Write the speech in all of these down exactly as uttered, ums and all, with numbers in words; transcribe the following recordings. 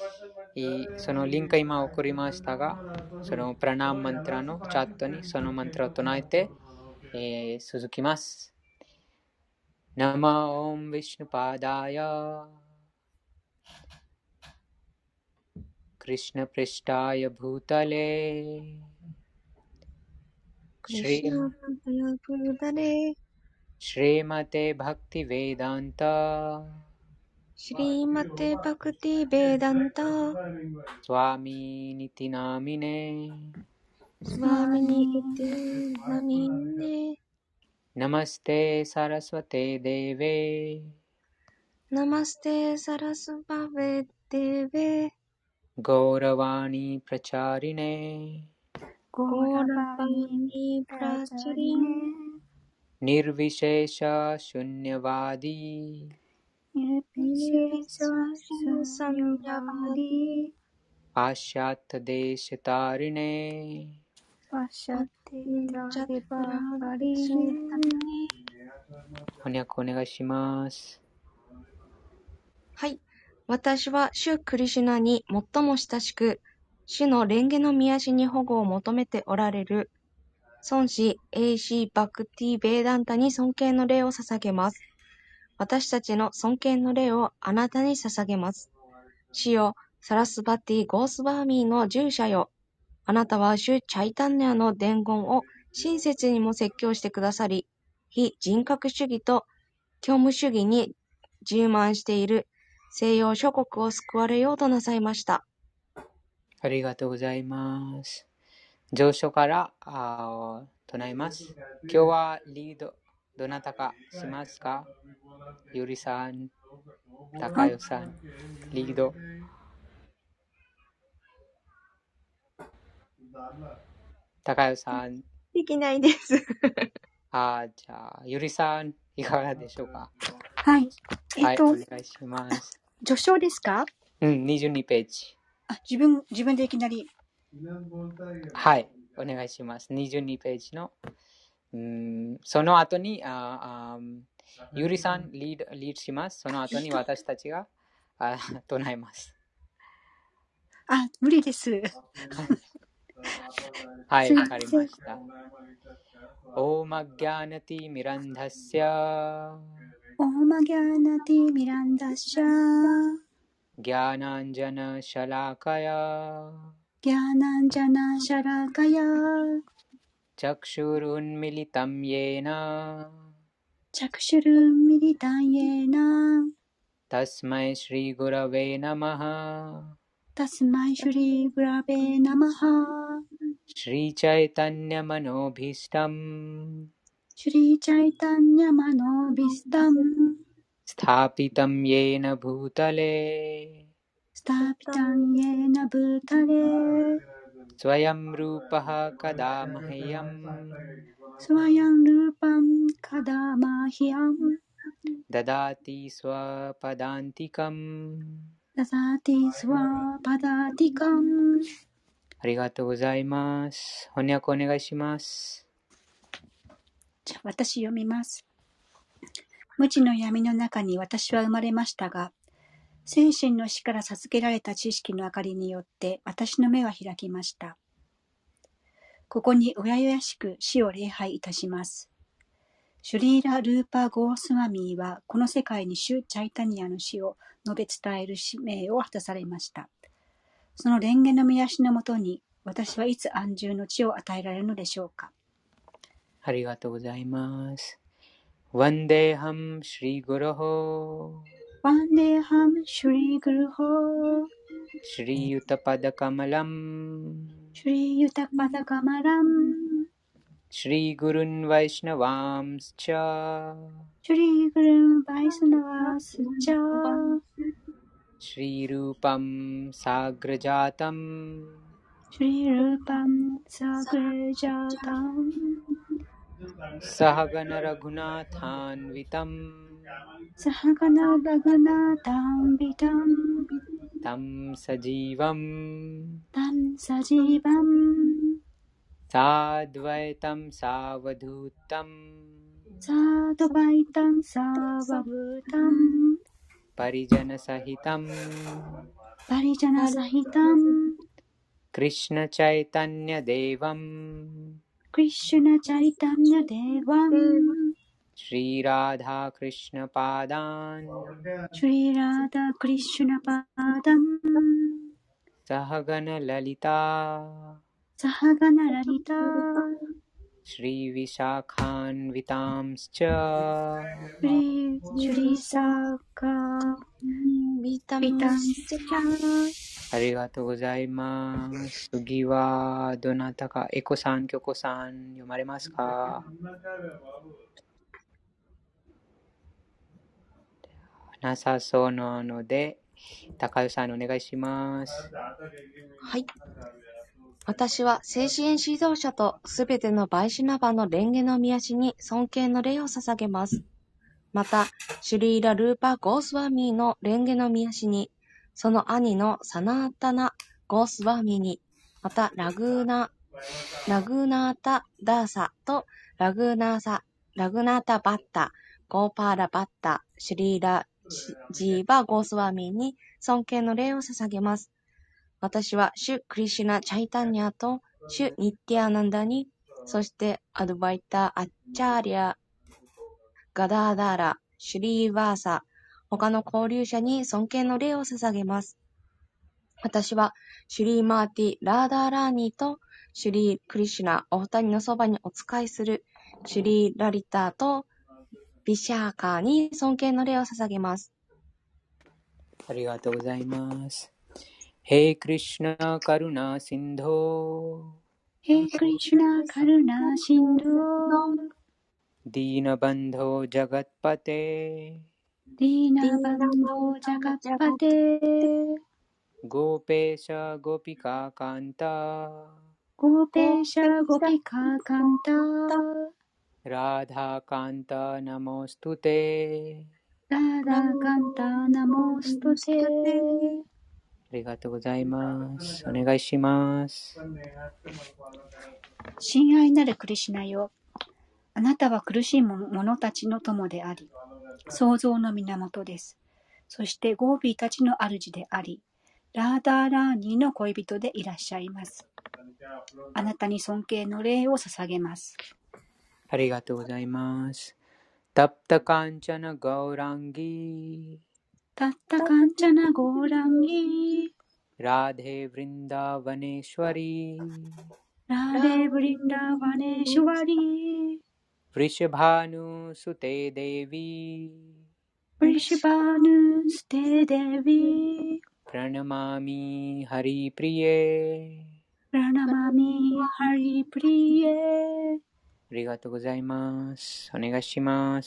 そのリンク今送りましたが、そのプラナームマントラのチャットにそのマントラを唱えて、えー、続きます。ナマオンヴィシュヌパダヤクリシュナプリシタヤブータレシリマテバクティヴェダンタシリマテバクティベダンタスワミニティナミネスワミニティナミネナマステサラスワテデヴェナマステサラスバベデヴェゴーラワニプラチャリネゴーラバニプラチャリネニルヴィシェシャシュニャワディニルヴィシェシャサニャワディパシャタデシャタリネパシャテタリバガリネ。 翻訳お願いします。 はい。私は主クリシュナに最も親しく、主の蓮華の御足に保護を求めておられる、孫子 エーシー バクティ・ベーダンタに尊敬の礼を捧げます。私たちの尊敬の礼をあなたに捧げます。主よ、サラスバティ・ゴースバーミーの従者よ。あなたは主チャイタンニャの伝言を親切にも説教してくださり、非人格主義と虚無主義に充満している西洋諸国を救われようとなさいました。 ありがとうございます。上書からあ唱えます。今日はリードどなたかしますか？ゆりさん、高代さん、リード。高代さん。 できないです。 あじゃあ、ゆりさん、いかがでしょうか？ はい。えっと、 はい、お願いします。 序章ですか？ うん、にじゅうにページ。 あ、自分、自分でいきなり。 はい、お願いします。にじゅうにページの。うん、その後に、ああゆりさんリード、リードします。その後に私たちがあ唱えます。 あ、無理です。 はい、わかりました。オーマギャーナティミランダッシャオーマギャーナティミランダッシャギャーナンジャナシャラカヤギャーナンジャナシャラカヤチャクシュルンミリタムイェーナチャクシュルンミリタンイェーナタスマイシリグラヴェナマハタスマイシュリグラベーナマハシリチャイタンニャマノビスタムシュリチャイタンニャマノビスタムスタピタムイェーナブータレスタピタンイェーナブータレスワヤムルーパハカダマヘヤムスワヤンルーパンカダマヒヤンダダティスワパダンティカムダザティスワパダティカム。 ありがとうございます。翻訳お願いします。 じゃあ私読みます。無知の闇の中に私は生まれましたが、精神の死から授けられた知識の明かりによって私の目は開きました。ここにうややしく死を礼拝いたします。シュリーラ・ルーパ・ゴースワミーはこの世界にシュ・チャイタニアの死を述べ伝える使命を果たされました。その蓮華の御足のもとに私はいつ安住の地を与えられるのでしょうか。 ありがとうございます。ワンデーハムシリグルホワンデーハムシュリーグルホシリユタパダカマラムシュリーユタパダカマラムシリグルンワイシナワムスチャシュリーグルンバイスナワスチャシリルーパムサグラジャータムシュリルーパムサグラジャータムサハガナラグナタンヴィタムサハガナラグナタンヴィタムタムサジーヴァムタムサジーヴァムサドヴァイタムサヴァドゥタムサドバイタンサヴァブタンパリジャナサヒタム Parijana Sahitam Krishna Chaitanya Devam Krishna Chaitanya Devam Shri Radha Krishna Padan Shri Radha Krishna Padam Sahagana Lalita Sahagana Lalita Shri Vishakhan Vitamscha Shri Shri Saka ビタミン Vitamscha ありがとうございます。次はどなたか、エコさん、キョコさん読まれますか？なさそうなので、高代さんお願いします。 はい。私は精神指導者とすべてのバイシナバの蓮華の宮師に尊敬の礼を捧げます。また、シュリーラ・ルーパ・ゴースワーミーの蓮華の宮師に、その兄のサナータナ・ゴースワーミーに、またラグーナ、ラグーナータ・ダーサとラグーナーサ、ラグナータ・バッタ、ゴーパーラ・バッタ、シュリーラ・ジーバ・ゴースワーミーに尊敬の礼を捧げます。私はシュ・クリシュナ・チャイタニャとシュ・ニッティアナンダに、そしてアドバイタ・アッチャーリア・ガダーダーラ、シュリーバーサ、他の交流者に尊敬の礼を捧げます。私はシュリーマーティ・ラーダーラーニーとシュリー・クリシュナ、お二人のそばにお仕えするシュリー・ラリターとビシャーカーに尊敬の礼を捧げます。 ありがとうございます。Hey Krishna Karuna Sindho Hey Krishna Karuna Sindhu Dina Bandho Jagatpate Dina Bandho Jagatpate Gopesha Gopika Kanta Gopesha Gopika Kanta Radha Kanta Namostute Radha Kanta Namostute ありがとうございます。お願いします。 親愛なるクリシュナよ、あなたは苦しい者たちの友であり、創造の源です。そしてゴービーたちの主であり、ラーダーラーニーの恋人でいらっしゃいます。あなたに尊敬の礼を捧げます。 ありがとうございます。タプタカンチャナガウランギタッタカンチャナゴーランギラデヴリンダヴァネシュワリラーデヴリンダヴァネシュワリヴリシュバヌステデビヴリシュバヌステデビプラナマミハリプリエプラナマミハリプリエありがとうございます。お願いします。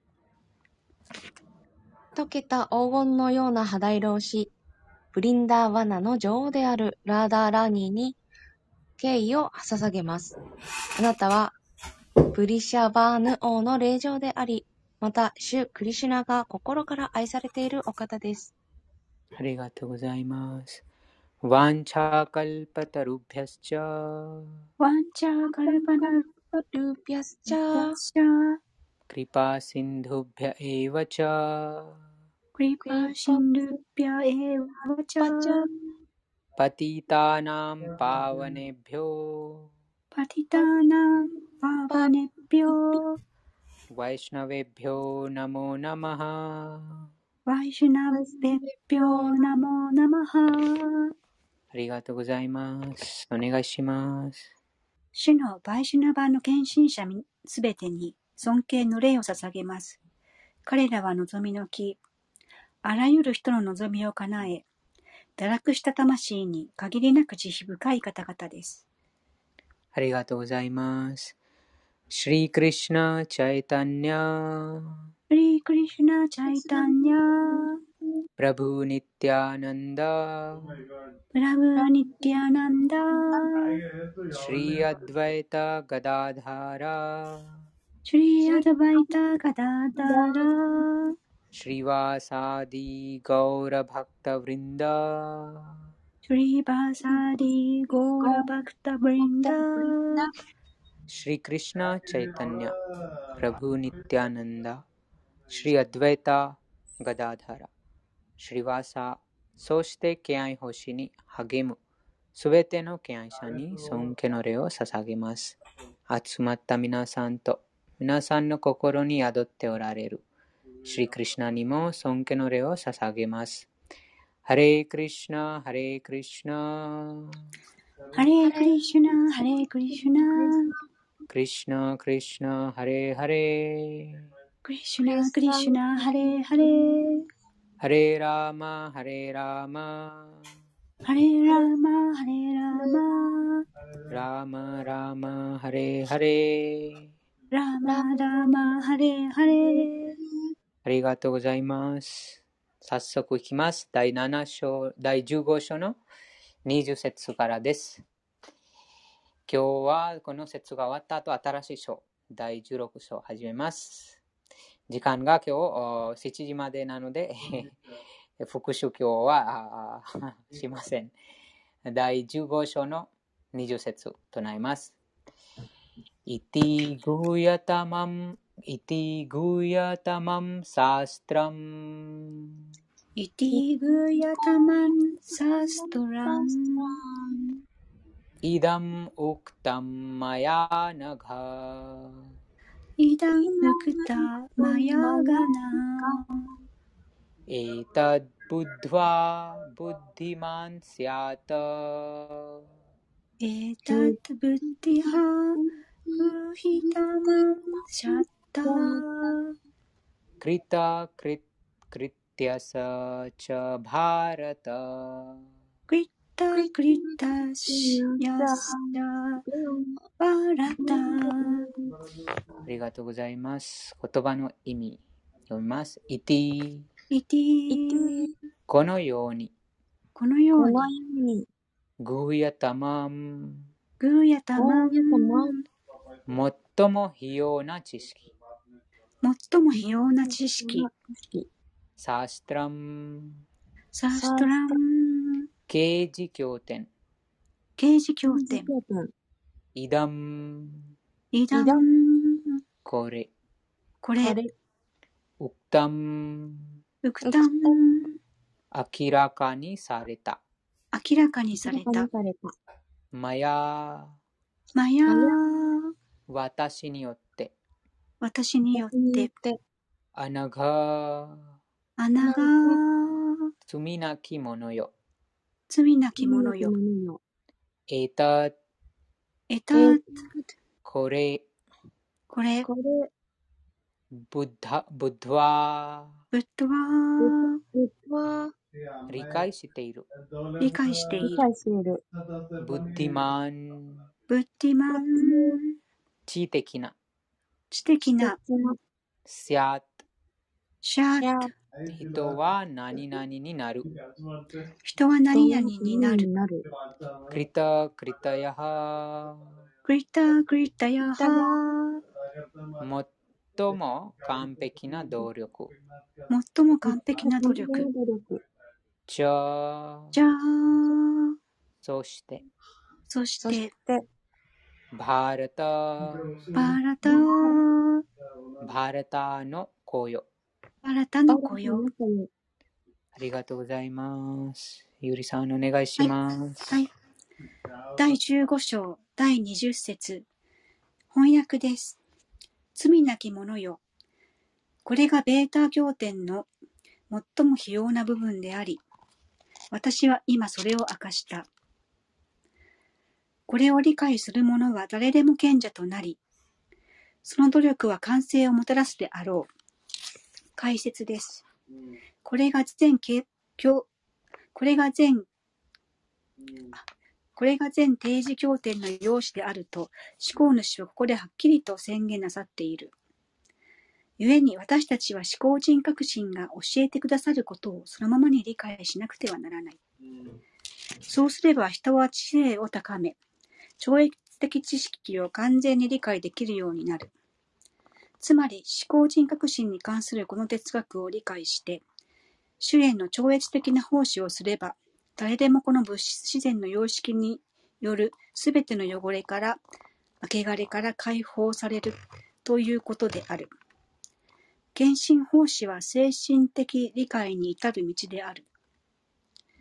溶けた黄金のような肌色をし、ブリンダーワナの女王であるラーダーラーニーに敬意を捧げます。あなたはブリシャバーヌ王の霊場であり、またシュ・クリシュナが心から愛されているお方です。 ありがとうございます。ワンチャーカルパタルビャスチャーワンチャーカルパナルルピャスチャーシャークリパシンドゥビャエワチャークリパシンルピャエワチャーパティタナムパワネビョパティタナムパワネビョワイシュナベビョナモナマハワイシュナベビョナモナマハありがとうございます。お願いします。 主のバイシュナバの献身者すべてに尊敬の礼を捧げます。彼らは望みの木、あらゆる人の望みを叶え、堕落した魂に限りなく慈悲深い方々です。 ありがとうございます。シュリークリシュナチャイタニャシュリークリシュナチャイタニャプラブニティアナンダプラブアニティアナンダシュリーアドバイタガダダラシュリーアドバイタガダダラシュリワサディガウラバクタヴリンダシュリーバサディゴーラバクタブリンダシュリークリシュナチャイタニャプラブニティアナンダシュリーアドバイタガダダラシュリワサそして敬愛奉仕に励むすべての敬愛者に尊敬の礼を捧げます。集まった皆さんと皆さんの心に宿っておられるシリクリシュナにも尊敬の礼を捧げます。ハレークリシュナ、ハレークリシュナ、 ハレークリシュナ、ハレークリシュナ、 クリシュナ、クリシュナ、ハレーハレー、 クリシュナ、クリシュナ、ハレーハレー、 ハレーラーマ、ハレーラーマ、 ハレーラーマ、ハレーラーマ、 ラーマ、ラーマ、ハレーハレー。 ラーマ、ラーマ、ハレーハレー。 ありがとうございます。早速いきます。だいなな章、だいじゅうご章のにじゅう節からです。今日はこの節が終わった後、新しい章、だいじゅうろく章を始めます。時間が今日しちじまでなので、復習今日はしません。だいじゅうご章のにじゅう節となります。イティグヤタマンイティグヤタマンサストラムイティグヤタマンサストラムイダムウクタムマヤナガイダムウクタマヤガナエタッブッドワブッディマンシャタエタッブッディハウヒタマンシャッタクリタクリクリティアサチャバーラタクリタクリタシヤサバーラタ。 ありがとうございます。言葉の意味読みます。イティイティこのようにこのようにグーヤタマングーヤタマン最も必要な知識最も必要な知識サストラムサストラム啓示経典啓示経典イダムイダムこれこれウクタムウクタム明らかにされた明らかにされたマヤマヤ私によって私によってアナガアナガ罪なき者よ罪なき者よエタエタこれこれブッダブッドワブッドは理解している理解しているブッディマンブッディマン知的な知的なシャッシャッ人は何々になる人は何々になるクリタクリタヤハクリタクリタヤハ最も完璧な努力最も完璧な努力じゃあじゃあそしてそしてバーラタバーラタバーラタの子よバーラタの子よありがとうございます。ゆりさんお願いします。 はい、はい、だいじゅうご章だいにじゅう節翻訳です。罪なき者よ。これがベータ経典の最も必要な部分であり、私は今それを明かした。これを理解する者は誰でも賢者となり、その努力は完成をもたらすであろう。解説です。これが全これが全これが全提示経典の要旨であると思考主はここではっきりと宣言なさっている。故に私たちは思考人格心が教えてくださることをそのままに理解しなくてはならない。そうすれば人は知性を高め、超越的知識を完全に理解できるようになる。つまり思考人格心に関するこの哲学を理解して、主への超越的な奉仕をすれば、誰でもこの物質自然の様式によるすべての汚れから、汚れから解放されるということである。献身奉仕は精神的理解に至る道である。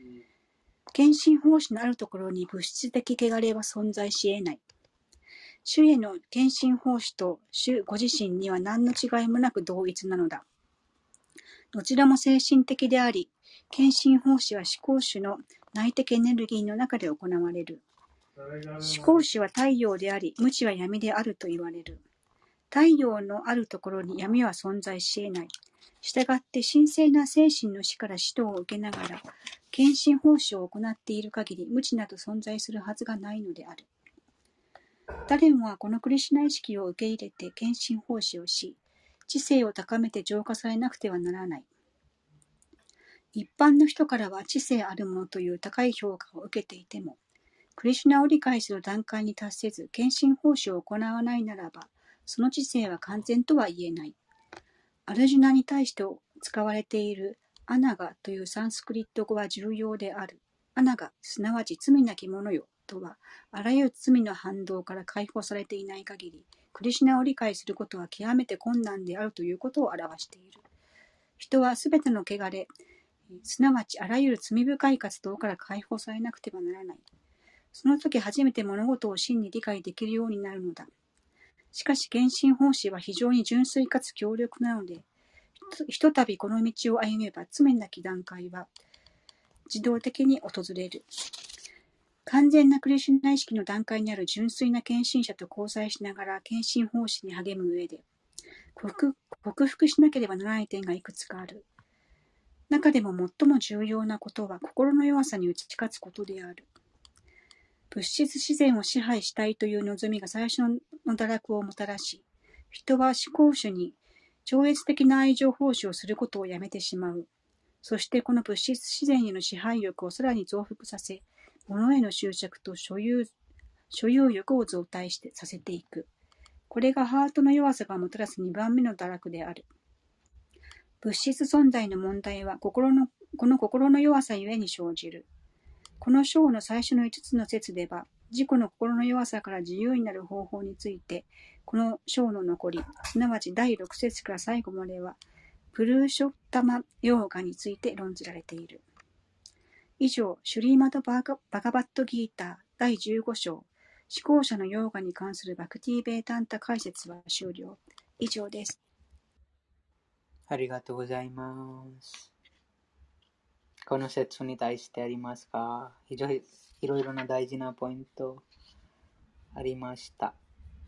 献身奉仕のあるところに物質的汚れは存在し得ない。主への献身奉仕と主ご自身には何の違いもなく同一なのだ。どちらも精神的であり、献身奉仕は思考主の内的エネルギーの中で行われる。思考主は太陽であり、無知は闇であると言われる。太陽のあるところに闇は存在し得ない。したがって神聖な精神の死から指導を受けながら、献身奉仕を行っている限り、無知など存在するはずがないのである。誰もはこのクリシュナ意識を受け入れて献身奉仕をし、知性を高めて浄化されなくてはならない。一般の人からは知性あるものという高い評価を受けていても、クリシュナを理解する段階に達せず、献身奉仕を行わないならば、その知性は完全とは言えない。アルジュナに対して使われているアナガというサンスクリット語は重要である。アナガ、すなわち罪なき者よとは、あらゆる罪の反動から解放されていない限り、クリシュナを理解することは極めて困難であるということを表している。人はすべての汚れ、すなわちあらゆる罪深い活動から解放されなくてはならない。その時初めて物事を真に理解できるようになるのだ。しかし献身奉仕は非常に純粋かつ強力なので、ひとたびこの道を歩めば罪なき段階は自動的に訪れる。完全なクリシュナ意識の段階にある純粋な献身者と交際しながら献身奉仕に励む上で、克服しなければならない点がいくつかある。中でも最も重要なことは心の弱さに打ち勝つことである。物質自然を支配したいという望みが最初の堕落をもたらし、人は思考主に超越的な愛情奉仕をすることをやめてしまう。そしてこの物質自然への支配欲をさらに増幅させ、物への執着と所有、所有欲を増大してさせていく。これがハートの弱さがもたらすにばんめの堕落である。物質存在の問題は心の、この心の弱さゆえに生じる。この章の最初のいつつの節では、自己の心の弱さから自由になる方法について、この章の残り、すなわちだいろく節から最後までは、プルーショッタマヨーガについて論じられている。以上、シュリーマド・バガバガバットギーターだいじゅうご章、思考者のヨーガに関するバクティ・ベータンタ解説は終了。以上です。 ありがとうございます。この説に対してありますか？非常にいろいろな大事なポイントありました。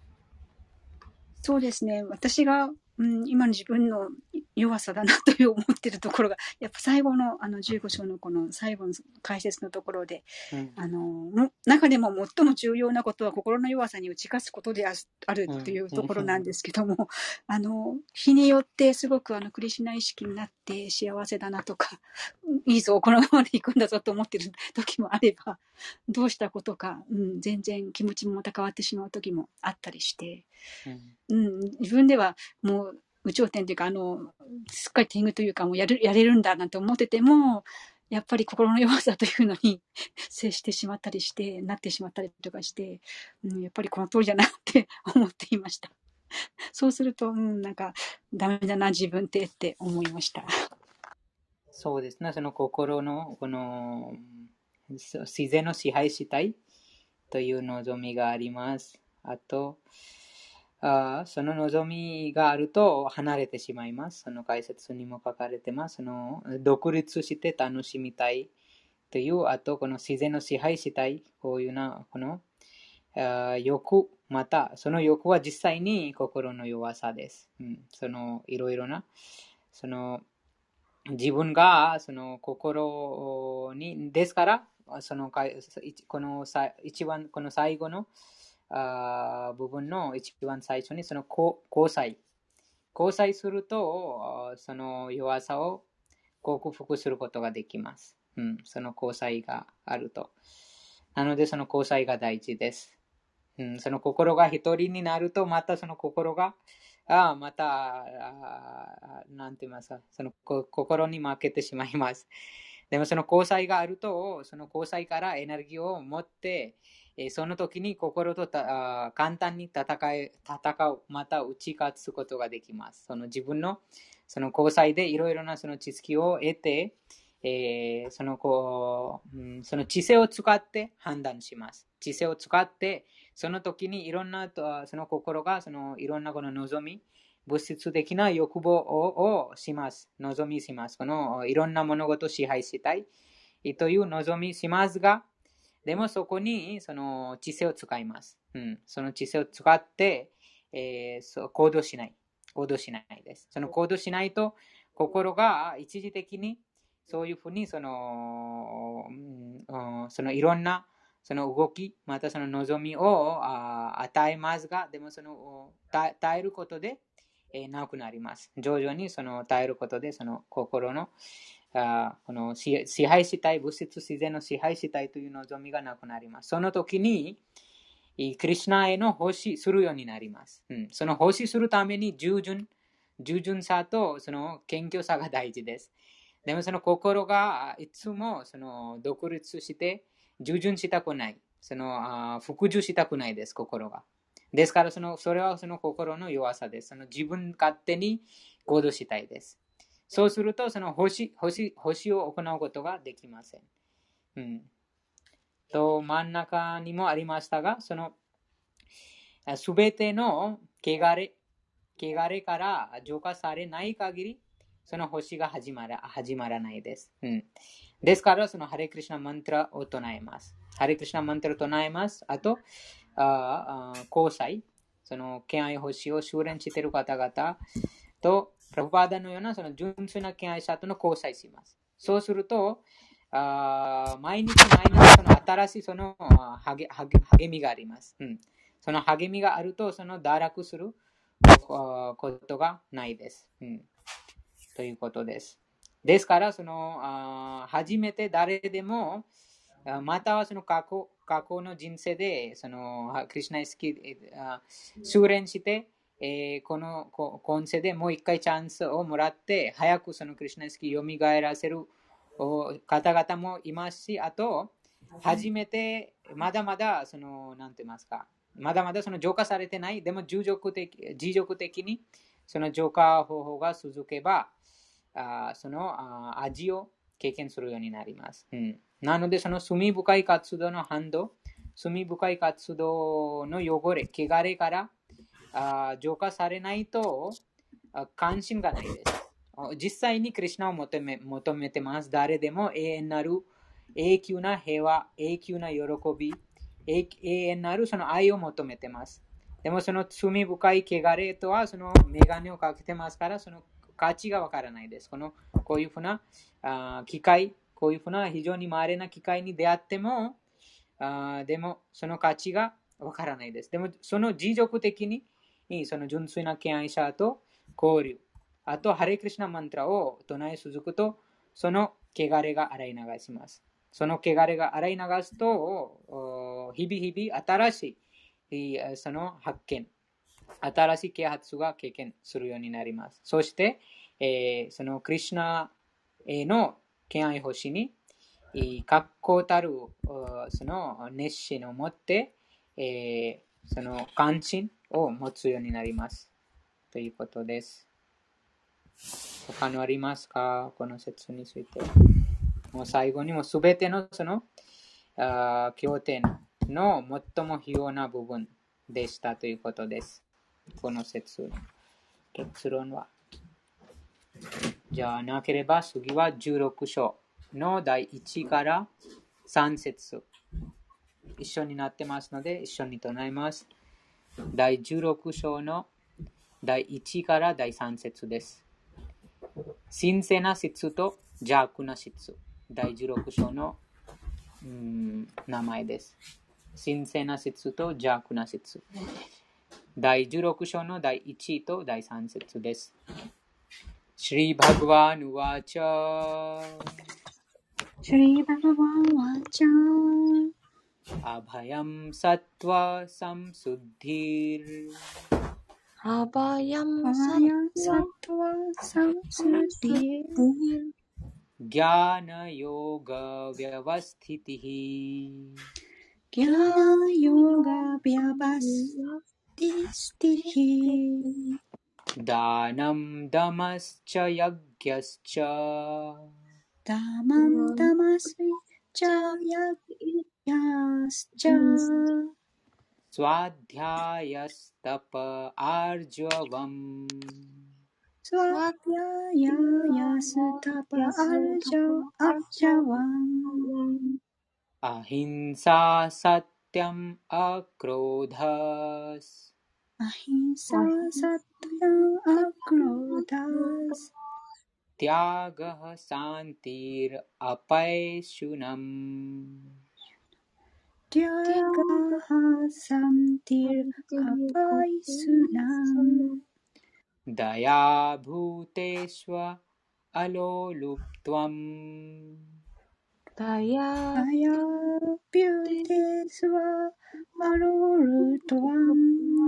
そうですね。私が、うん、今の自分の弱さだなという思っているところが、やっぱ最後のあのじゅうご章のこの最後の解説のところで、うん、あの中でも最も重要なことは心の弱さに打ち勝つことであるっていうところなんですけども、うん、あの日によってすごくあのクリシュナ意識になって幸せだなとか、いいぞこのままで行くんだぞと思っている時もあれば、どうしたことか、うん、全然気持ちもまた変わってしまう時もあったりして、うんうん、自分ではもう有頂天というか、あの、すっかり天狗というか、もうやる、やれるんだなんて思ってても、やっぱり心の弱さというのに接してしまったりして、なってしまったりとかして、うん、やっぱりこの通りだなって思っていました。そうすると、うん、なんか、ダメだな、自分ってって思いました。 そうですね、その心の、この、自然の支配したいという望みがあります。あと、あその望みがあると離れてしまいます。その解説にも書かれてます。その独立して楽しみたいという、あとこの自然の支配したい、こういうな、このあ欲、またその欲は実際に心の弱さです。うん、そのいろいろな、その自分がその心に、ですから、そのこの一番この最後のあ部分の一番最初にその交際交際するとその弱さを克服することができます、うん、その交際があると。なのでその交際が大事です、うん、その心が一人になるとまたその心があまたあなんて言いますか、その心に負けてしまいます。でもその交際があるとその交際からエネルギーを持ってその時に心と簡単に戦い、戦う、また打ち勝つことができます。その自分のその交際でいろいろなその知識を得て、 えー、そのこう、うん、その知性を使って判断します。知性を使って、その時にいろんなと、その心がそのいろんなこの望み、物質的な欲望をします。望みします。このいろんな物事を支配したいという望みしますが、でもそこにその知性を使います。うん、その知性を使って、えー、そう行動しない。行動しないです。その行動しないと、心が一時的にそういうふうにその、うん、そのいろんなその動き、またその望みを与えますが、でもその耐えることで、えー、なくなります。徐々にその耐えることで、その心のあこの支配したい、物質自然の支配したいという望みがなくなります。その時に、クリシュナへの奉仕するようになります。うん、その奉仕するために従順、従順さとその謙虚さが大事です。でもその心がいつもその独立して従順したくない。そのあ服従したくないです、心が。ですからその、それはその心の弱さです。その自分勝手に行動したいです。そうすると、その奉仕、奉仕、奉仕を行うことができません。うん。と、真ん中にもありましたが、その、すべての汚れ、汚れから浄化されない限り、その星が始まら始まらないです。うん、ですから、そのハレクリシナマントラを唱えます。ハレクリシナマントラを唱えます。あと、ああ交際、その敬愛星を修練している方々と、プラブパーダのようなその純粋な敬愛者との交際します。そうすると、あ毎日毎日その新しいその励みがあります。うん、その励みがあると、その堕落することがないです。うん、ということです。ですから、そのあ初めて誰でも、またはその過去過去の人生で、そのクリシュナイスキー修練して、えー、この今世でもう一回チャンスをもらって、早くそのクリシュナイスキーを蘇らせる方々もいますし、あと、初めてまだまだその、なんて言いますか、まだまだその浄化されてない、でも持続的、持続的にその浄化方法が続けば、あそのあ味を経験するようになります。うん、なので、その罪深い活動の反動、罪深い活動の汚れ、汚れからあ浄化されないと関心がないです。実際にクリシュナを求め、求めてます。誰でも永遠なる永久な平和、永久な喜び、永遠なるその愛を求めてます。でもその罪深い汚れとはそのメガネをかけてますから、その価値がわからないです。このこういうふうなあ機会、こういうふうな非常に稀な機会に出会っても、あでもその価値がわからないです。でもその持続的にその純粋な敬愛者と交流、あとハレクリシュナマントラを唱え続くと、その汚れが洗い流します。その汚れが洗い流すと、日々日々新しいその発見、新しい啓発が経験するようになります。そして、えー、そのクリシュナへの敬愛星に確固たるその熱心を持って、えー、その関心を持つようになります。ということです。他のありますか？この説について。もう最後にもすべてのそのあ経典の最も必要な部分でしたということです。この説の結論は。じゃあなければ次はじゅうろく章のだいいちからさん節一緒になってますので一緒に唱えます。だいじゅうろく章のだいいちからだいさん節です。神聖な質と邪悪な質。だいじゅうろく章のうーん名前です。神聖な質と邪悪な質。だいじゅうろく章のだいいちとだいさん節です。シリバグワンワチャシュリーバガワンワチャーアバヤムサトワサムスッディルアバヤムアバヤンサトワサムスディルギャーナヨガヴィャバスティティヒギャーナヨガヴィャバスティヒダナムダマスチャヤギャスチャダマンダマスチャヤヤスチャスワディャヤスタパアージュワムスワディヤヤスタパアルジャアルジャワンアヒンササティャムアクローダスアヒンササトヤンアクロダスティアガハサンティルアパエシュナムティアガハサンティルアパイスナムダヤブーテシュワアロルプトワムダヤダヤビューテスワアロルトワン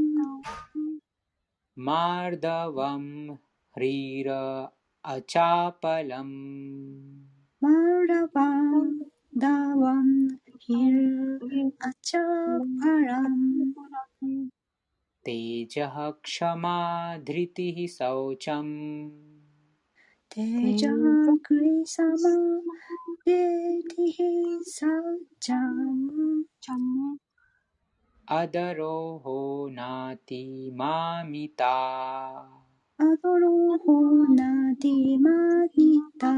マーダワムハリラアチャパラムマラバンダワンヒルアチャパランテージャハクシャマドリティヒサオチャムテジャクリサマデティヒサチャムアダロホナティマミタアドロホナディマニタ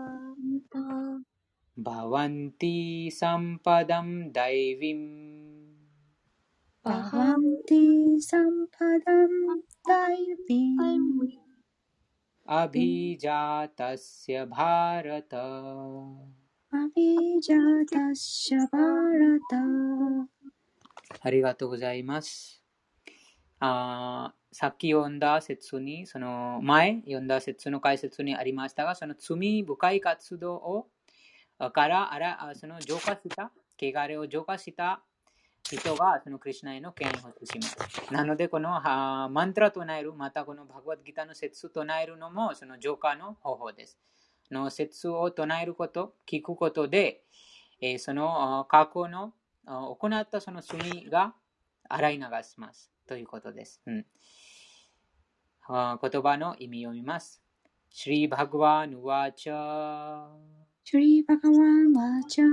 バワンティサンパダムダイヴィムバワンティサンパダムダイビンアビジャタスヤバーラタアビジャタシャバラタありがとうございます。あさっき読んだ説に、その前読んだ説の解説にありましたが、その罪深い活動をからあらその浄化した、汚れを浄化した人がそのクリシュナへの権威をします。なので、このマントラと唱える、またこのバグワッドギターの説を唱えるのもその浄化の方法です。の説を唱えること、聞くことで、えー、その過去の行ったその罪が洗い流しますということです。うん、言葉の意味を読みます。シリバグワンワチャシュリーバガワンワチャ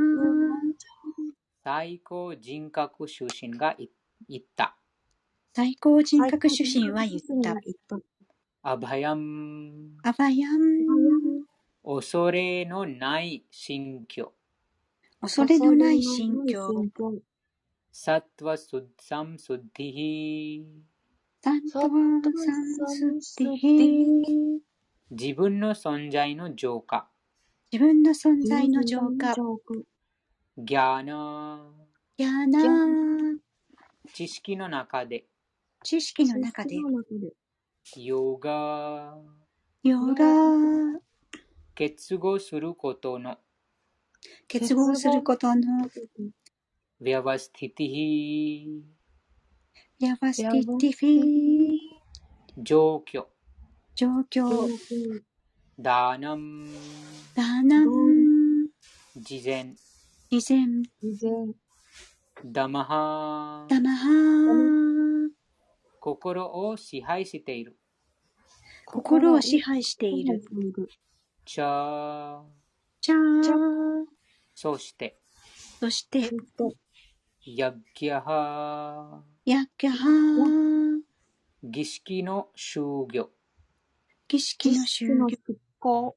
最高人格出身が言った。 最高人格主神は言った。 アバヤムアバヤム恐れのない心境。 恐れのない心境。 サットワスッサムスッディヒサットワサンスッディヒ自分の存在の浄化。 自分の存在の浄化。 ギャーナギャーナ知識の中で。 知識の中で。 ヨガヨガ結合することの。 結合することの。 ヴィアヴァスティティヒヴィアヴァスティティフィ状況状況ダーナムダーナム事前事前ダマハダマハ心を支配している。 心を支配している。 チャチャーそしてそしてヤッギャハヤッギャハ儀式の修行。 儀式の修行。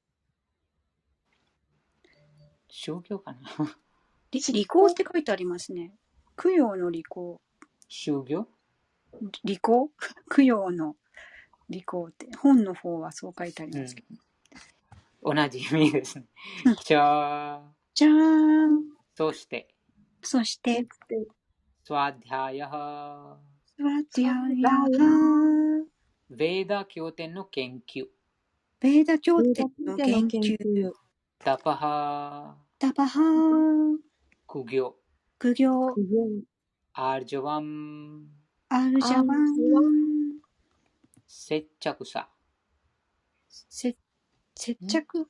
修行かな利口って書いてありますね。供養の利口。 修行利口供養の利口って本の方はそう書いてありますけど、 うん、同じ意味ですね。じゃあじゃーんそしてそしてスワディャヤハスワディアヤハベーダ経典の研究。 ベーダ経典の研究。 タパハタパハ苦行苦行アージャワンアルジャワン接着さ接着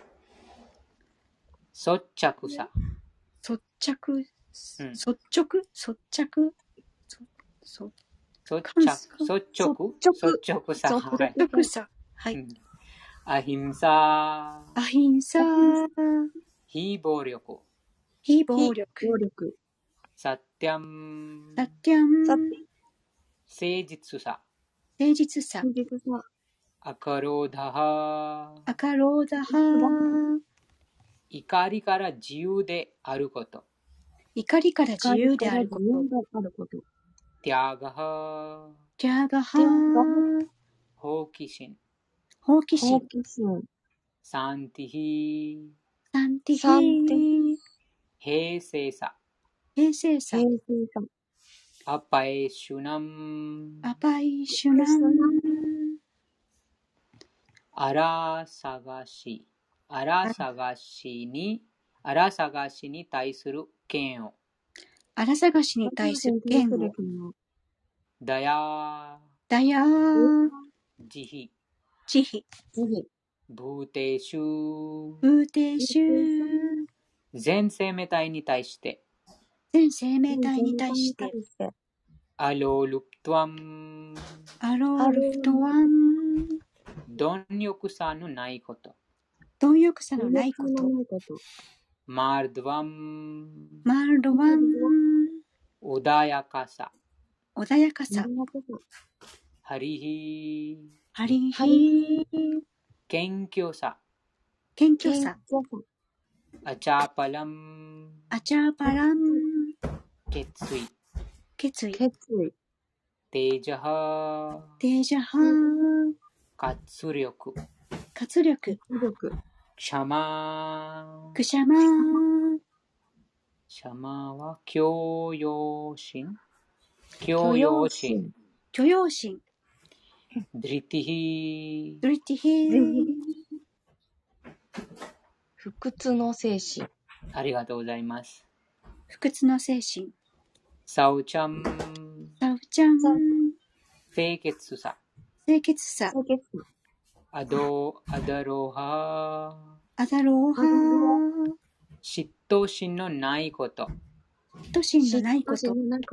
率着さ率着、うん、率直率着そ率着率直率直さ率直さはい、うん、 あアヒンサアヒンサー、 非暴力非暴非力、 暴力、 サッティャンサッティャン、 サテ誠実さ誠実さ、 ィ、実さ、 アカローダハアカローダハー、 怒りから自由であること。 怒りから自由であること。 自由であること。 ティアガハジャガハー、 好奇心。 好奇好心、 奇心、 サンティヒサンティサンテヒー、 平静さ。 平静さ、 平静さ、 アパエシュナムアパイシュナン、 アラ探し。アラ探しに、アラ探しに対する嫌悪。 あら探しに対する嫌悪。 ダヤダヤー、 慈悲。 慈悲、 ブーテーシュブーテーシュー、 全生命体に対して。 全生命体に対して。 アロルプトワンアロールフトワン、 貪欲さのないこと。 貪欲さのないこと。 マードワンマールワン、 穏やかさ。 穏やかさ。 ハリヒハリヒー、 謙虚さ。 謙虚さ。 アチャーパランアチャーパラン、 決意。 決意。 決意。 テージャハテージャハー、 活力。 活力。 シャマクシャマー、 シャマは許容心。許容心。 許容心。 ドリティヒドリティヒー、 不屈の精神。 ありがとうございます。 不屈の精神。 サウチャンサウチャン、 清潔さ。 清潔さ。 アドアダロハアダローハー、 嫉妬心のないこと。 嫉妬心のないこと。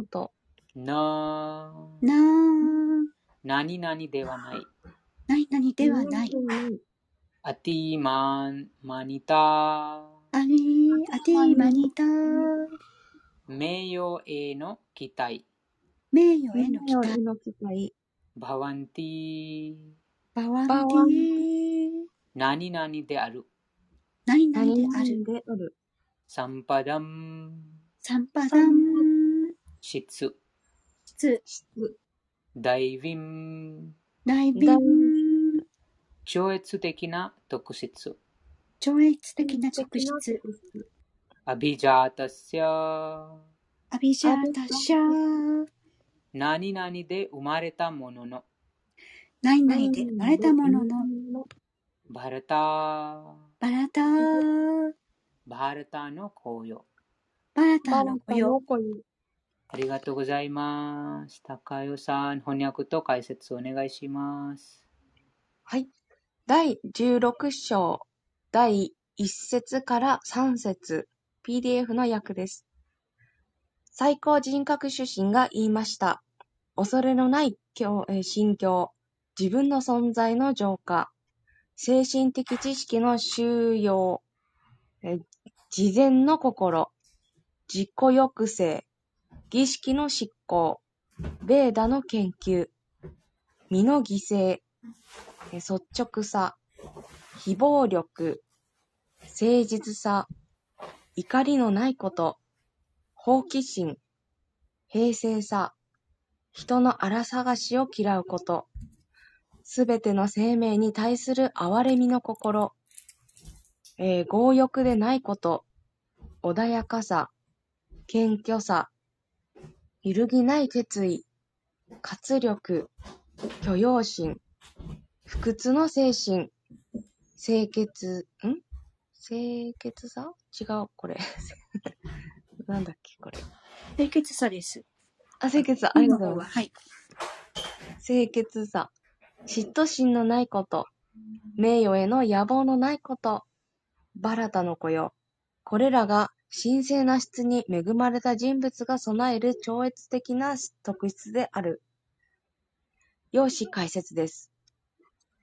ななー、 何々ではない。 何々ではない。 アティマンマニタアリー、アティマニター、 名誉への期待。 名誉への期待。 ババワンティバワンティー、 何々である。 何々である。 サンパダンサンパダン、 質。 質。 ダイビンダイビン、 超越的な特質。 超越的な特質。 アビジャータシャアビジャータシャー、 何々で生まれたものの。 何々で生まれたものの。 バラタバラター、 バラタの紅葉。 バラタの紅葉。 ありがとうございます。高代さん、翻訳と解説お願いします。 はい。だいじゅうろく章、だいいっ節からさん節、ピーディーエフ の訳です。最高人格主神が言いました。恐れのない心境、自分の存在の浄化、精神的知識の収容、事前の心、自己抑制、儀式の執行、ベーダの研究、身の犠牲、率直さ、非暴力、誠実さ、怒りのないこと、好奇心、平静さ、人の荒探しを嫌うこと、すべての生命に対する憐れみの心、えー、強欲でないこと、穏やかさ、謙虚さ、揺るぎない決意、活力、許容心、不屈の精神、清潔、ん清潔さ違う、これ。なんだっけ、これ。 清潔さです。 あ、清潔さ、ありがとうございます。 はい。 清潔さ、嫉妬心のないこと、名誉への野望のないこと、バラタの子よ。これらが神聖な質に恵まれた人物が備える超越的な特質である。要旨解説です。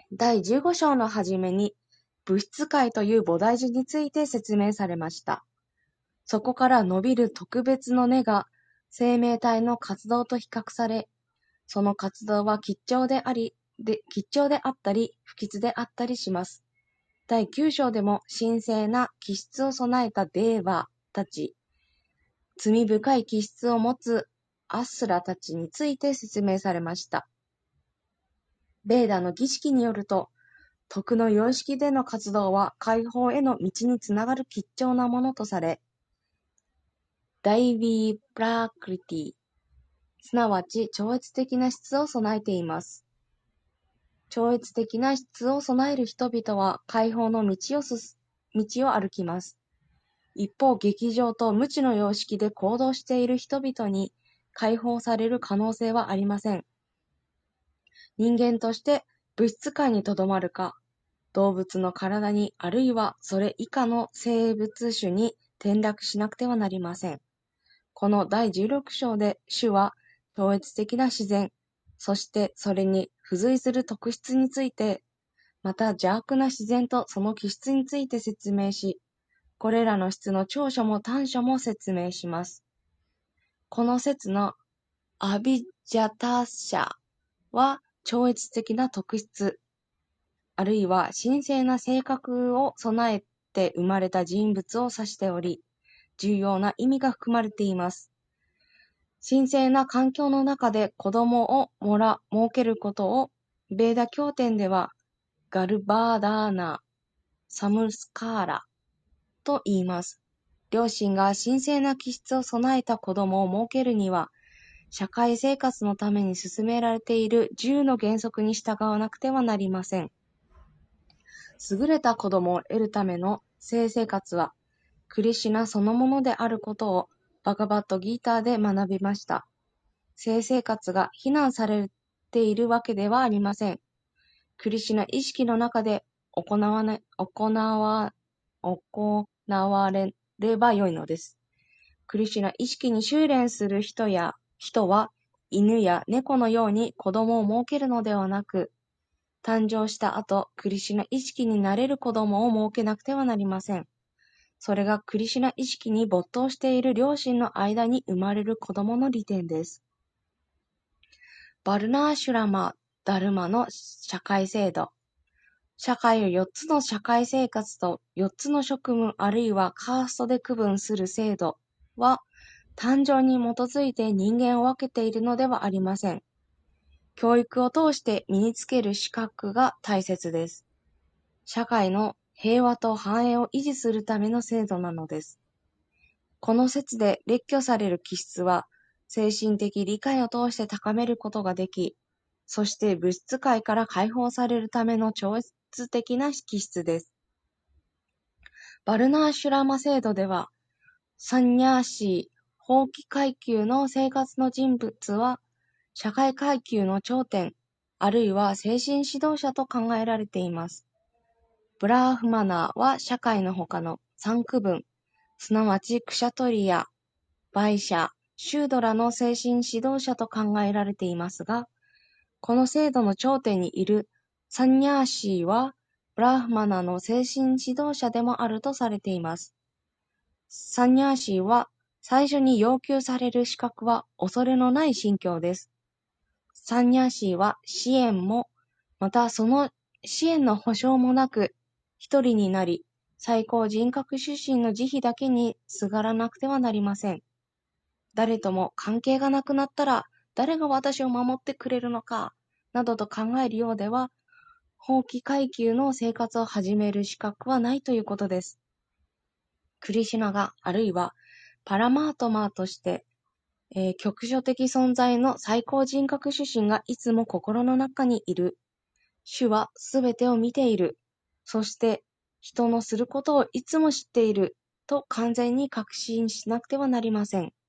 だいじゅうご章の初めに、物質界という菩提寺について説明されました。そこから伸びる特別の根が生命体の活動と比較され、その活動は吉祥であり、で、吉祥であったり、不吉であったりします。だいきゅう章でも神聖な気質を備えたデーバたち、罪深い気質を持つアスラたちについて説明されました。ベーダの儀式によると、徳の様式での活動は解放への道につながる吉祥なものとされ、ダイビー・プラクリティ、すなわち超越的な質を備えています。超越的な質を備える人々は解放の道をすす道を歩きます。一方、劇場と無知の様式で行動している人々に解放される可能性はありません。人間として物質界にとどまるか、動物の体にあるいはそれ以下の生物種に転落しなくてはなりません。このだいじゅうろく章で主は超越的な自然、そしてそれに付随する特質について、また邪悪な自然とその気質について説明し、これらの質の長所も短所も説明します。この説のアビジャタシャは超越的な特質、あるいは神聖な性格を備えて生まれた人物を指しており、重要な意味が含まれています。神聖な環境の中で子供をもら、設けることを、ベーダ経典では、ガルバーダーナ、サムスカーラと言います。両親が神聖な気質を備えた子供を設けるには、社会生活のために進められているじゅうの原則に従わなくてはなりません。優れた子供を得るための性生活は、クリシュナそのものであることをバガバットギーターで学びました。性生活が非難されているわけではありません。クリシュナ意識の中で行わね、行わ、行われればよいのです。クリシュナ意識に修練する人や人は犬や猫のように子供を設けるのではなく、誕生した後、クリシュナ意識になれる子供を設けなくてはなりません。それがクリシュナ意識に没頭している両親の間に生まれる子供の利点です。バルナーシュラマ・ダルマの社会制度。社会をよっつの社会生活とよっつの職務あるいはカーストで区分する制度は、誕生に基づいて人間を分けているのではありません。教育を通して身につける資格が大切です。社会の平和と繁栄を維持するための制度なのです。この説で列挙される気質は、精神的理解を通して高めることができ、そして物質界から解放されるための超越的な気質です。バルナーシュラマ制度では、サンニャーシー、法規階級の生活の人物は、社会階級の頂点、あるいは精神指導者と考えられています。ブラーフマナーは社会の他の三区分、すなわちクシャトリア、バイシャ、シュードラの精神指導者と考えられていますが、この制度の頂点にいるサンニャーシーは、ブラーフマナの精神指導者でもあるとされています。サンニャーシーは、最初に要求される資格は恐れのない信教です。サンニャーシーは支援も、またその支援の保証もなく、一人になり、最高人格出身の慈悲だけにすがらなくてはなりません。誰とも関係がなくなったら、誰が私を守ってくれるのか、などと考えるようでは、法規階級の生活を始める資格はないということです。クリシュナが、あるいはパラマートマーとして、えー、局所的存在の最高人格主神がいつも心の中にいる。主はすべてを見ている。そして人のすることをいつも知っていると完全に確信しなくてはなりません。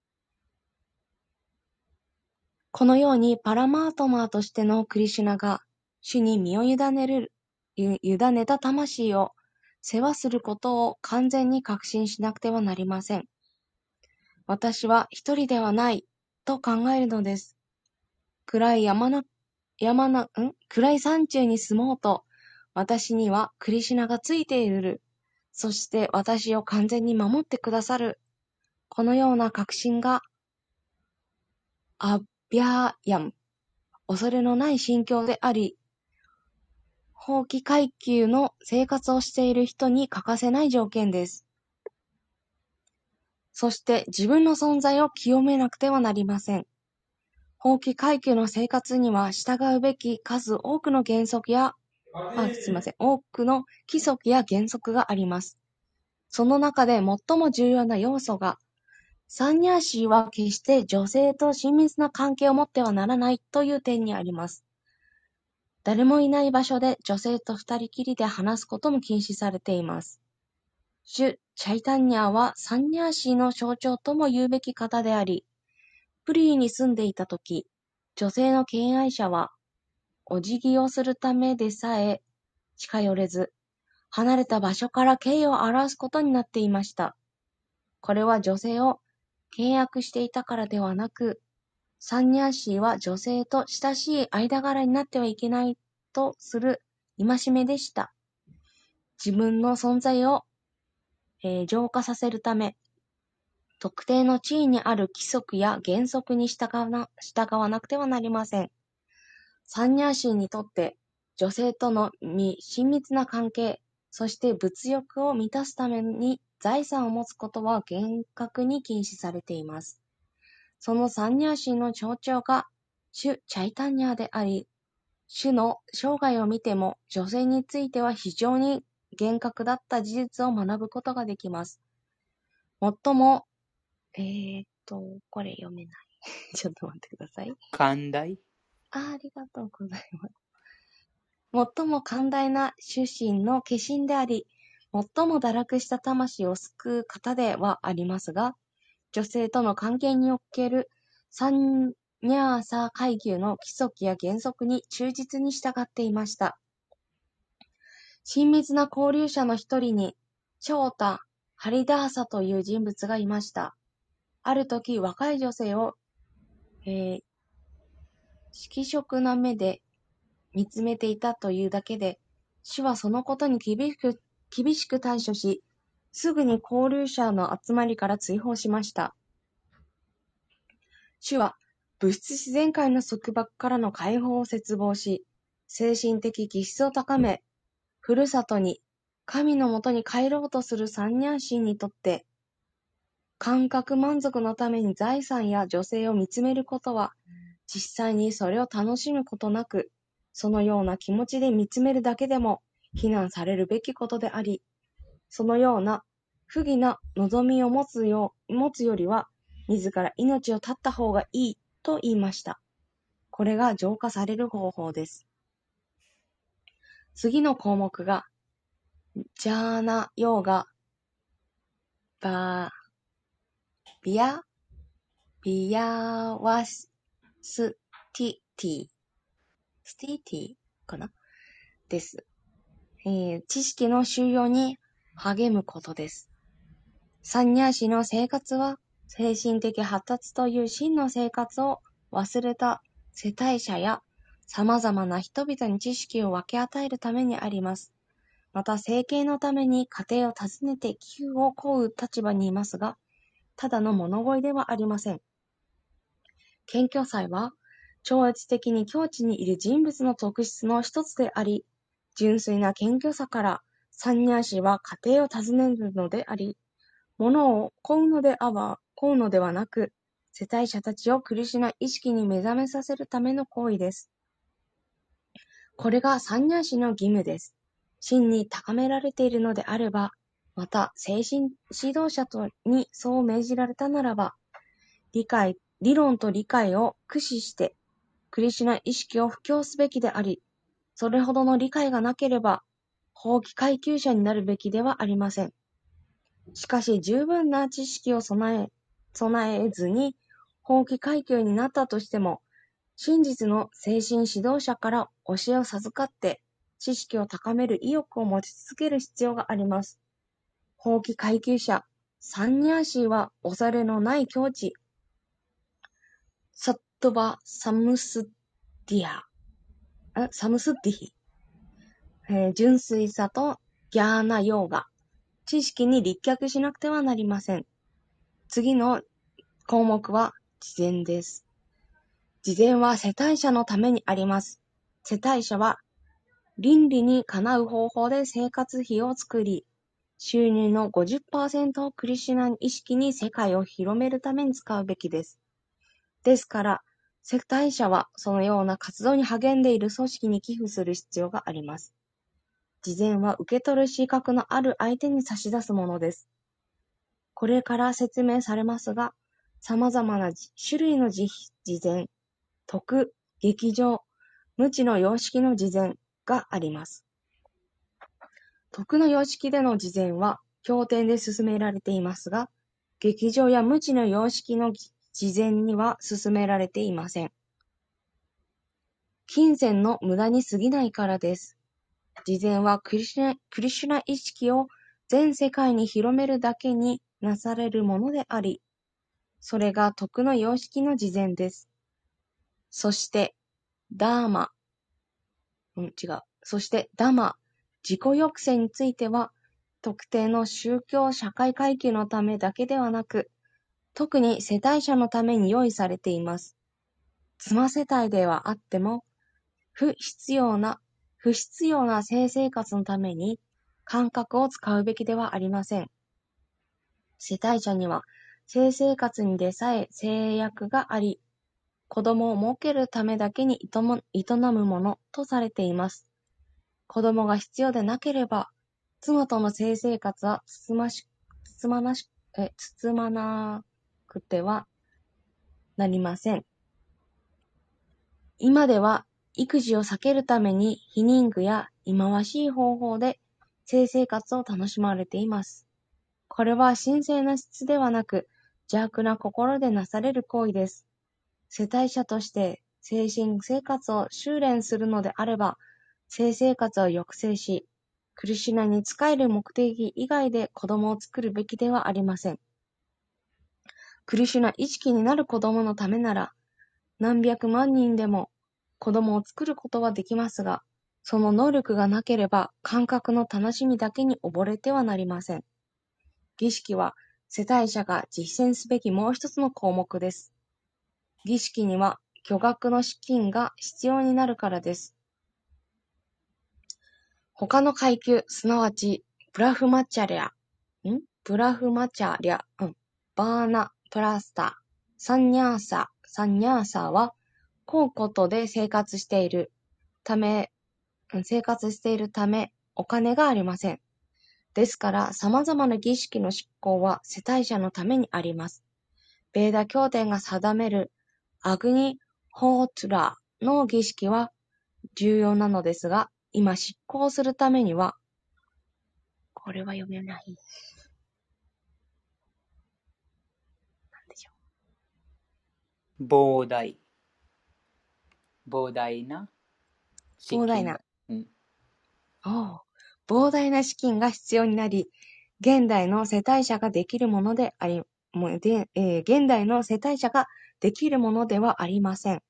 このようにパラマートマーとしてのクリシュナが主に身を委ねる、委ねた魂を世話することを完全に確信しなくてはなりません。私は一人ではないと考えるのです。暗い山な、山な、ん暗い山中に住もうと私にはクリシュナがついている。そして私を完全に守ってくださる。このような確信が、アビャーヤム、恐れのない心境であり、法規階級の生活をしている人に欠かせない条件です。そして自分の存在を清めなくてはなりません。法規階級の生活には従うべき数多くの原則や、あ、すいません、多くの規則や原則があります。その中で最も重要な要素が、サンニャーシーは決して女性と親密な関係を持ってはならないという点にあります。誰もいない場所で女性と二人きりで話すことも禁止されています。シュ・チャイタンニャーはサンニャーシーの象徴とも言うべき方であり、プリーに住んでいたとき、女性の敬愛者はお辞儀をするためでさえ近寄れず、離れた場所から敬意を表すことになっていました。これは女性を契約していたからではなく、サンニャーシーは女性と親しい間柄になってはいけないとする戒めでした。自分の存在を、えー、浄化させるため、特定の地位にある規則や原則に従わな、従わなくてはなりません。サンニャーシーにとって女性との親密な関係、そして物欲を満たすために財産を持つことは厳格に禁止されています。そのサンニャーシーの象徴がシュ・チャイタンニャーであり、シュの生涯を見ても女性については非常に厳格だった事実を学ぶことができます。もっとも、えーっと、これ読めない。ちょっと待ってください。 寛大あ、ありがとうございます。最も寛大な主神の化身であり、最も堕落した魂を救う方ではありますが、女性との関係におけるサンニャーサ階級の規則や原則に忠実に従っていました。親密な交流者の一人に、チョータ・ハリダーサという人物がいました。ある時、若い女性を、えー、色色な目で見つめていたというだけで、主はそのことに厳しく、厳しく対処し、すぐに交流者の集まりから追放しました。主は物質自然界の束縛からの解放を切望し、精神的気質を高め、ふるさとに神のもとに帰ろうとするサンニャーシーにとって、感覚満足のために財産や女性を見つめることは、実際にそれを楽しむことなく、そのような気持ちで見つめるだけでも非難されるべきことであり、そのような不義な望みを持つよ、持つよりは、自ら命を絶った方がいいと言いました。これが浄化される方法です。次の項目が、ジャーナヨーガ、バー、ビア、ビアワスティティ、スティティかなです、えー。知識の修養に励むことです。サンニャーシの生活は、精神的発達という真の生活を忘れた世帯者や様々な人々に知識を分け与えるためにあります。また、生計のために家庭を訪ねて寄付を請う立場にいますが、ただの物乞いではありません。謙虚さは、超越的に境地にいる人物の特質の一つであり、純粋な謙虚さから、サンニャーシは家庭を訪ねるのであり、物を乞うのであば、乞うのではなく、世帯者たちをクリシュナ意識に目覚めさせるための行為です。これがサンニャーシの義務です。真に高められているのであれば、また精神指導者とにそう命じられたならば、理解、理論と理解を駆使して、クリシュナ意識を布教すべきであり、それほどの理解がなければ、法規階級者になるべきではありません。しかし十分な知識を備え、備えずに法規階級になったとしても、真実の精神指導者から教えを授かって知識を高める意欲を持ち続ける必要があります。法規階級者、サンニャーシーは恐れのない境地、サットバ・サムスディア、サムスディヒ、 えー純粋さとギャーナヨーガ、知識に立脚しなくてはなりません。次の項目は慈善です。慈善は世帯者のためにあります。世帯者は倫理にかなう方法で生活費を作り、収入の ごじゅっパーセント をクリシュナ意識に世界を広めるために使うべきです。ですから、世帯者はそのような活動に励んでいる組織に寄付する必要があります。慈善は受け取る資格のある相手に差し出すものです。これから説明されますが、様々な種類の慈善、徳、劇場、無知の様式の慈善があります。徳の様式での慈善は経典で進められていますが、劇場や無知の様式の慈善には進められていません。金銭の無駄に過ぎないからです。慈善はクリシュナ、クリシュナ意識を全世界に広めるだけになされるものであり、それが徳の様式の慈善です。そして、ダーマ、うん、違う。そして、ダマ、自己抑制については、特定の宗教社会階級のためだけではなく、特に世帯者のために用意されています。妻世帯ではあっても、不必要な、不必要な性生活のために感覚を使うべきではありません。世帯者には性生活にでさえ制約があり、子供を設けるためだけに営むものとされています。子供が必要でなければ、妻との性生活はつつまし、つつまなし、え、つつまなくてはなりません。今では、育児を避けるために避妊具や忌まわしい方法で性生活を楽しまれています。これは神聖な質ではなく邪悪な心でなされる行為です。世帯者として精神生活を修練するのであれば、性生活を抑制し、クリシュナに仕える目的以外で子供を作るべきではありません。クリシュナ意識になる子供のためなら、何百万人でも子供を作ることはできますが、その能力がなければ感覚の楽しみだけに溺れてはなりません。儀式は世帯者が実践すべきもう一つの項目です。儀式には巨額の資金が必要になるからです。他の階級、すなわちブラフマチャリャ、んブラフマチャリャ、うん、バーナ、プラスタ、サンニャーサ、サンニャーサは公ことで生活しているため、生活しているためお金がありません。ですから様々な儀式の執行は世帯者のためにあります。ベーダ経典が定めるアグニ・ホートラの儀式は重要なのですが、今執行するためには、これは読めない。なんでしょ膨大。膨大な資金。 膨大な、 うん、 おう膨大な資金が必要になり、現代の世帯者ができるものであり、もでえー、現代の世帯者ができるものではありません。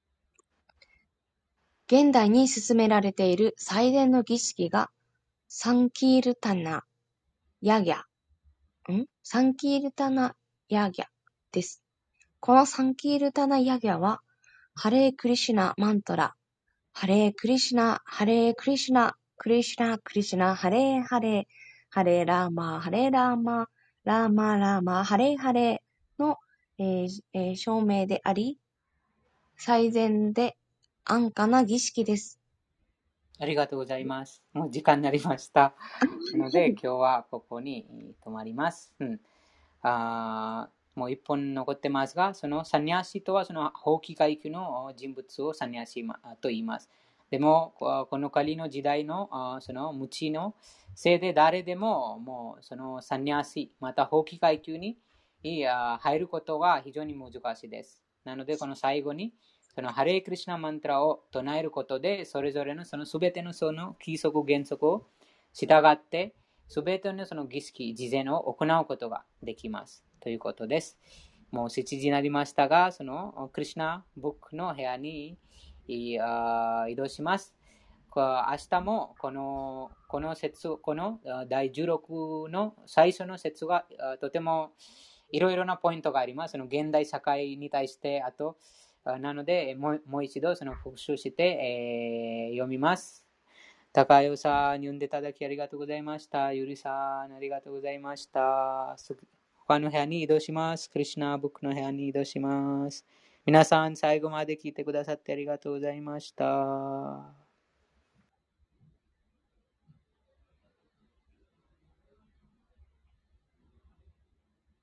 現代に進められている最善の儀式がサンキールタナ・ヤギャ、んサンキールタナ・ヤギャです。このサンキールタナ・ヤギャは、ハレークリシュナマントラ、ハレークリシュナ、ハレークリシュナ、クリシュナ、クリシュナ、ハレーハレー、ハレーラーマー、ハレーラーマー、ラーマーラーマー、ハレーハレーの、えーえー、証明であり、最善で安価な儀式です。 ありがとうございます。もう時間になりました。なので、今日はここに止まります。うん、あもう一本残ってますが、そのサニャシとはその法規階級の人物をサニャシと言います。でも、この仮の時代のその無知のせいで誰でももうそのサニャシ、また法規階級に入ることが非常に難しいです。なので、この最後に、そのハレークリシュナマントラを唱えることで、それぞれのそのすべてのその規則原則を従って、すべてのその儀式、事前を行うことができます。ということです。もうしちじになりましたが、そのクリシュナブックの部屋に移動します。 明日もこのこの説、このだいじゅうろくの最初の説がとてもいろいろなポイントがあります。その現代社会に対して、あと、なので、もうもう一度その復習して、えー、読みます。高代さん、読んでいただきありがとうございました。ゆりさん、ありがとうございました。他の部屋に移動します。クリシュナブックの部屋に移動します。皆さん、最後まで聞いてくださってありがとうございました。